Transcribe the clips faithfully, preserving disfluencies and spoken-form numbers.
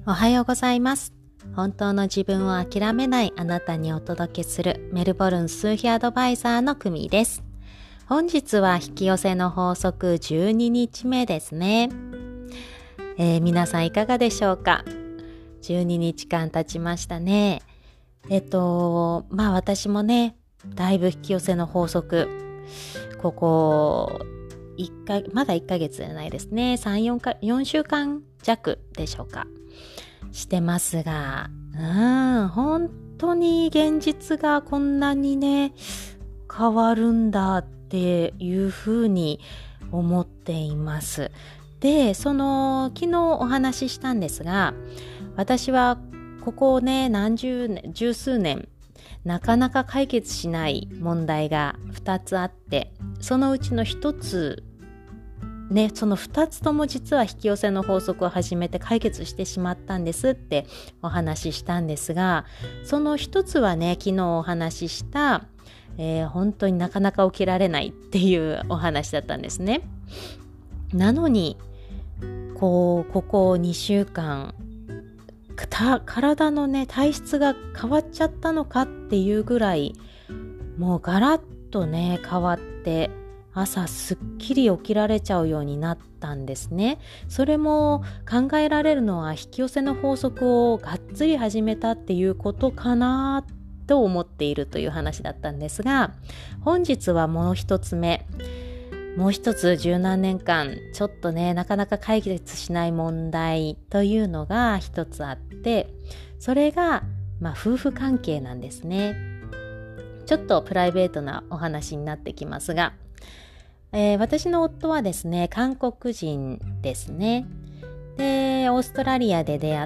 おはようございます。本当の自分を諦めないあなたにお届けするメルボルン数秘アドバイザーのクミです。本日は引き寄せの法則じゅうににちめですね。えー、皆さんいかがでしょうか。じゅうににちかん経ちましたね。えっとまあ私もねだいぶ引き寄せの法則ここいっかまだいっかげつじゃないですね。さん、よんか、よんしゅうかん弱でしょうかしてますが、うん本当に現実がこんなにね変わるんだっていうふうに思っています。で、その昨日お話ししたんですが、私はここね何十年十数年なかなか解決しない問題がふたつあって、そのうちのひとつね、そのふたつとも実は引き寄せの法則を始めて解決してしまったんですってお話ししたんですが、そのひとつはね昨日お話しした、えー、本当になかなか起きられないっていうお話だったんですね。なのにこうここにしゅうかん体のね体質が変わっちゃったのかっていうぐらいもうガラッとね変わって、朝すっきり起きられちゃうようになったんですね。それも考えられるのは引き寄せの法則をがっつり始めたっていうことかなと思っているという話だったんですが、本日はもう一つ目、もう一つ十何年間ちょっとねなかなか解決しない問題というのが一つあって、それがまあ夫婦関係なんですね。ちょっとプライベートなお話になってきますが、えー、私の夫はですね韓国人ですね。でオーストラリアで出会って、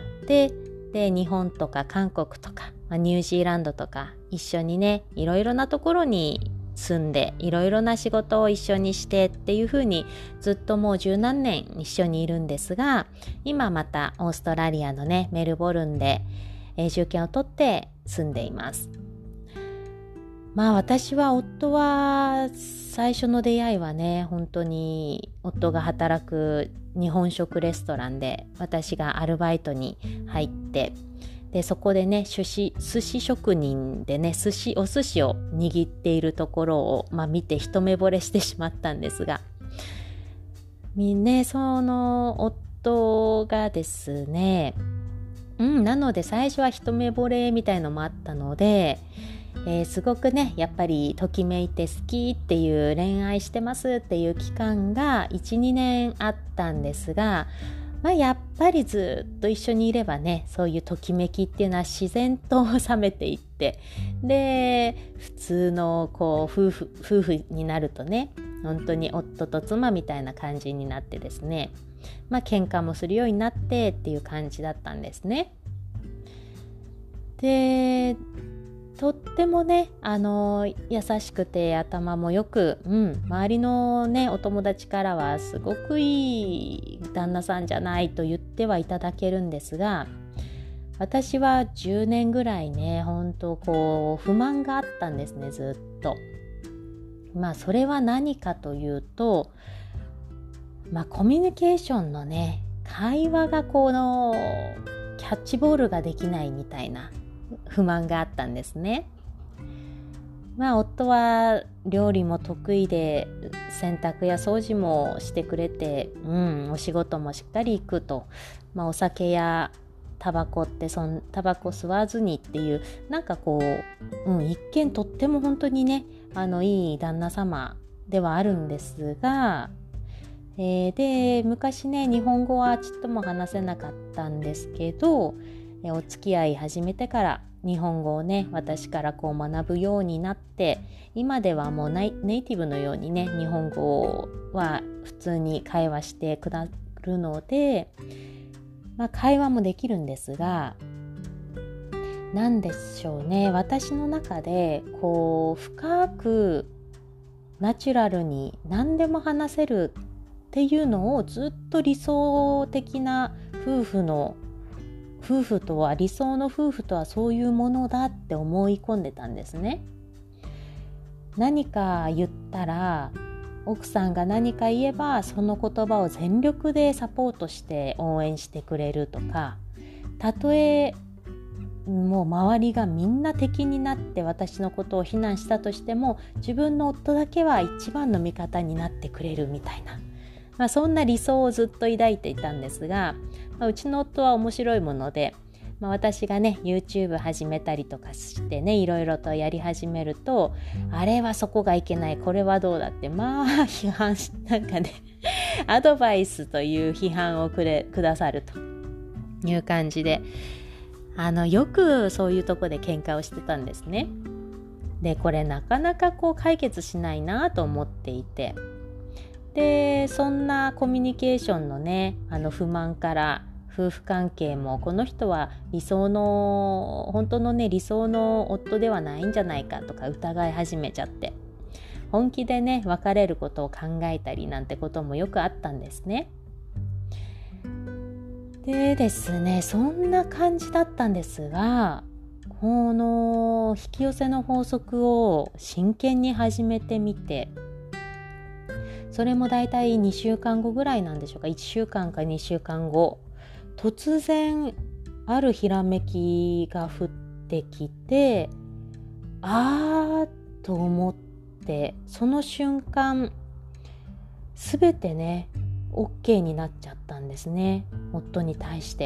で日本とか韓国とか、まあ、ニュージーランドとか一緒にねいろいろなところに住んで、いろいろな仕事を一緒にしてっていう風にずっともう十何年一緒にいるんですが、今またオーストラリアのねメルボルンで永住権を取って住んでいます。まあ私は夫は最初の出会いはね本当に夫が働く日本食レストランで私がアルバイトに入って、でそこでね寿司寿司職人でね寿司お寿司を握っているところを、まあ、見て一目惚れしてしまったんですが、みねその夫がですねうんなので最初は一目惚れみたいのもあったので、えー、すごくねやっぱりときめいて好きっていう恋愛してますっていう期間が いちにねんあったんですが、まあ、やっぱりずっと一緒にいればねそういうときめきっていうのは自然と冷めていって、で普通のこう夫婦夫婦になるとね本当に夫と妻みたいな感じになってですね、まあ喧嘩もするようになってっていう感じだったんですね。でとってもねあの優しくて頭もよく、うん、周りのねお友達からはすごくいい旦那さんじゃないと言ってはいただけるんですが、私はじゅうねんぐらいね本当こう不満があったんですね、ずっと。まあそれは何かというと、まあコミュニケーションのね会話がこのキャッチボールができないみたいな不満があったんですね。まあ夫は料理も得意で洗濯や掃除もしてくれて、うん、お仕事もしっかり行くと、まあ、お酒やタバコってそんタバコ吸わずにっていうなんかこう、うん、一見とっても本当にねあのいい旦那様ではあるんですが、えー、で昔ね日本語はちっとも話せなかったんですけど、お付き合い始めてから日本語をね私からこう学ぶようになって、今ではもうネイティブのようにね日本語は普通に会話してくだるので、まあ、会話もできるんですが、なんでしょうね私の中でこう深くナチュラルに何でも話せるっていうのをずっと理想的な夫婦の夫婦とは理想の夫婦とはそういうものだって思い込んでたんですね。何か言ったら奥さんが何か言えばその言葉を全力でサポートして応援してくれるとか、 たとえもう周りがみんな敵になって私のことを非難したとしても、自分の夫だけは一番の味方になってくれるみたいな、まあ、そんな理想をずっと抱いていたんですが、まあ、うちの夫は面白いもので、まあ、私がね YouTube 始めたりとかしてね、いろいろとやり始めると、あれはそこがいけない、これはどうだって、まあ批判しなんかねアドバイスという批判をくれくださるという感じで、あのよくそういうとこで喧嘩をしてたんですね。でこれなかなかこう解決しないなと思っていて、でそんなコミュニケーションのねあの不満から夫婦関係も、この人は理想の本当のね理想の夫ではないんじゃないかとか疑い始めちゃって、本気でね別れることを考えたりなんてこともよくあったんですね。でですね、そんな感じだったんですが、この引き寄せの法則を真剣に始めてみて、それもだいたいにしゅうかんごぐらいなんでしょうか、いっしゅうかんかにしゅうかんご、突然あるひらめきが降ってきて、あーと思って、その瞬間すべてねOK になっちゃったんですね、夫に対して。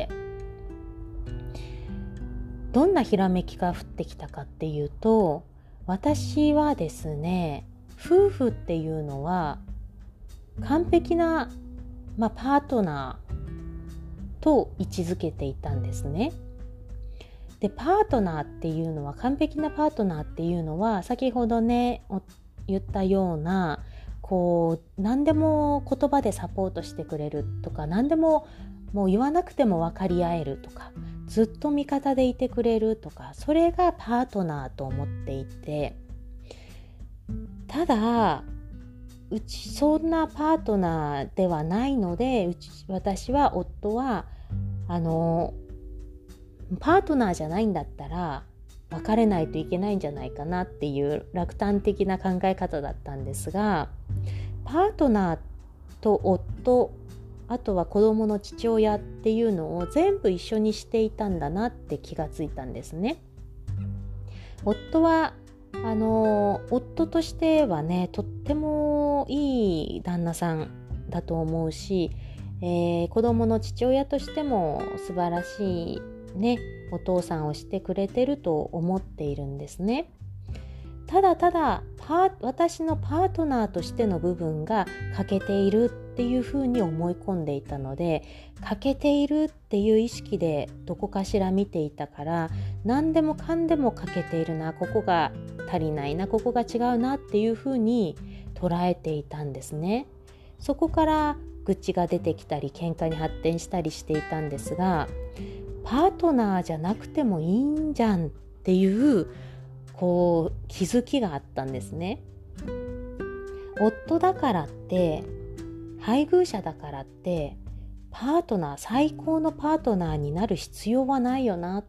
どんなひらめきが降ってきたかっていうと、私はですね、夫婦っていうのは完璧な、まあ、パートナーと位置づけていたんですね。でパートナーっていうのは、完璧なパートナーっていうのは、先ほどね言ったような、こう何でも言葉でサポートしてくれるとか、何でももう言わなくても分かり合えるとか、ずっと味方でいてくれるとか、それがパートナーと思っていて、ただうちそんなパートナーではないので、うち私は夫はあのパートナーじゃないんだったら別れないといけないんじゃないかなっていう楽観的な考え方だったんですが、パートナーと夫、あとは子供の父親っていうのを全部一緒にしていたんだなって気がついたんですね。夫はあの夫としてはね、とってもいい旦那さんだと思うし、えー、子供の父親としても素晴らしいねお父さんをしてくれてると思っているんですね。ただただパ私のパートナーとしての部分が欠けているっていうふうに思い込んでいたので、欠けているっていう意識でどこかしら見ていたから、何でもかんでも欠けているな、ここが足りないな、ここが違うなっていうふうに捉えていたんですね。そこから愚痴が出てきたり喧嘩に発展したりしていたんですが、パートナーじゃなくてもいいんじゃんっていうこう気づきがあったんですね。夫だからって、配偶者だからってパートナー、最高のパートナーになる必要はないよなって。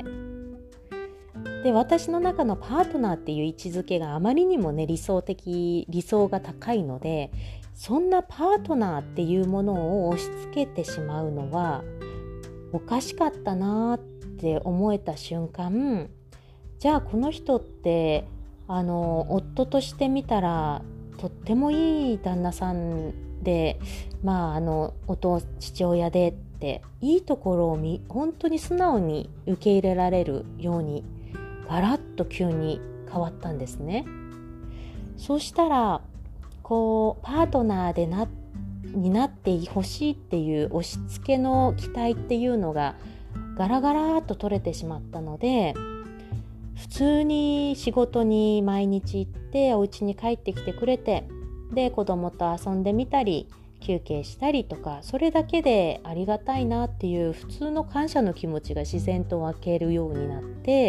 で私の中のパートナーっていう位置づけがあまりにもね理想的理想が高いので、そんなパートナーっていうものを押し付けてしまうのはおかしかったなって思えた瞬間、じゃあこの人ってあの夫として見たらとってもいい旦那さんで、まああのお父父親でっていいところをみ本当に素直に受け入れられるようにガラッと急に変わったんですね。そうしたらこうパートナーでなになってほしいっていう押し付けの期待っていうのがガラガラーっと取れてしまったので、普通に仕事に毎日行ってお家に帰ってきてくれて、で子供と遊んでみたり休憩したりとか、それだけでありがたいなっていう普通の感謝の気持ちが自然と湧けるようになって、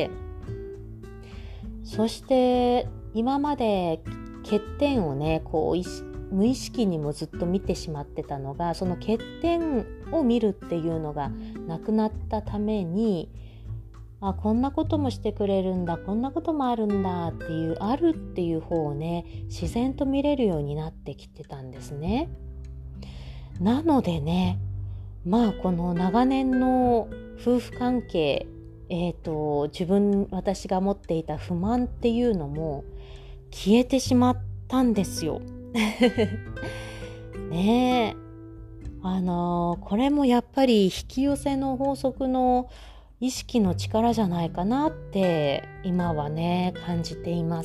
そして今まで欠点をねこう無意識にもずっと見てしまってたのが、その欠点を見るっていうのがなくなったために、あこんなこともしてくれるんだ、こんなこともあるんだっていう、あるっていう方をね自然と見れるようになってきてたんですね。なのでね、 まあこの長年の夫婦関係、えーと、自分私が持っていた不満っていうのも消えてしまったんですよ。ねえ、あのーこれもやっぱり引き寄せの法則の意識の力じゃないかなって今はね感じています。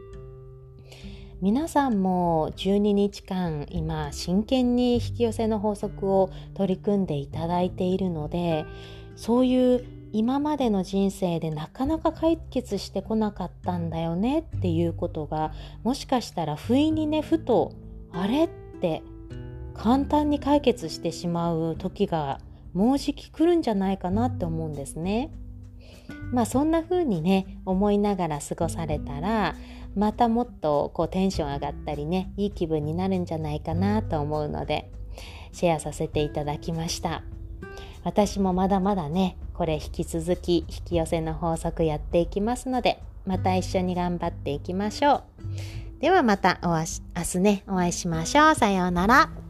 皆さんもじゅうににちかん今真剣に引き寄せの法則を取り組んでいただいているので、そういう今までの人生でなかなか解決してこなかったんだよねっていうことが、もしかしたら不意にねふとあれって簡単に解決してしまう時がもうじき来るんじゃないかなって思うんですね。まあそんな風にね思いながら過ごされたら、またもっとこうテンション上がったりね、いい気分になるんじゃないかなと思うのでシェアさせていただきました。私もまだまだねこれ引き続き引き寄せの法則やっていきますので、また一緒に頑張っていきましょう。ではまたお明日ねお会いしましょう。さようなら。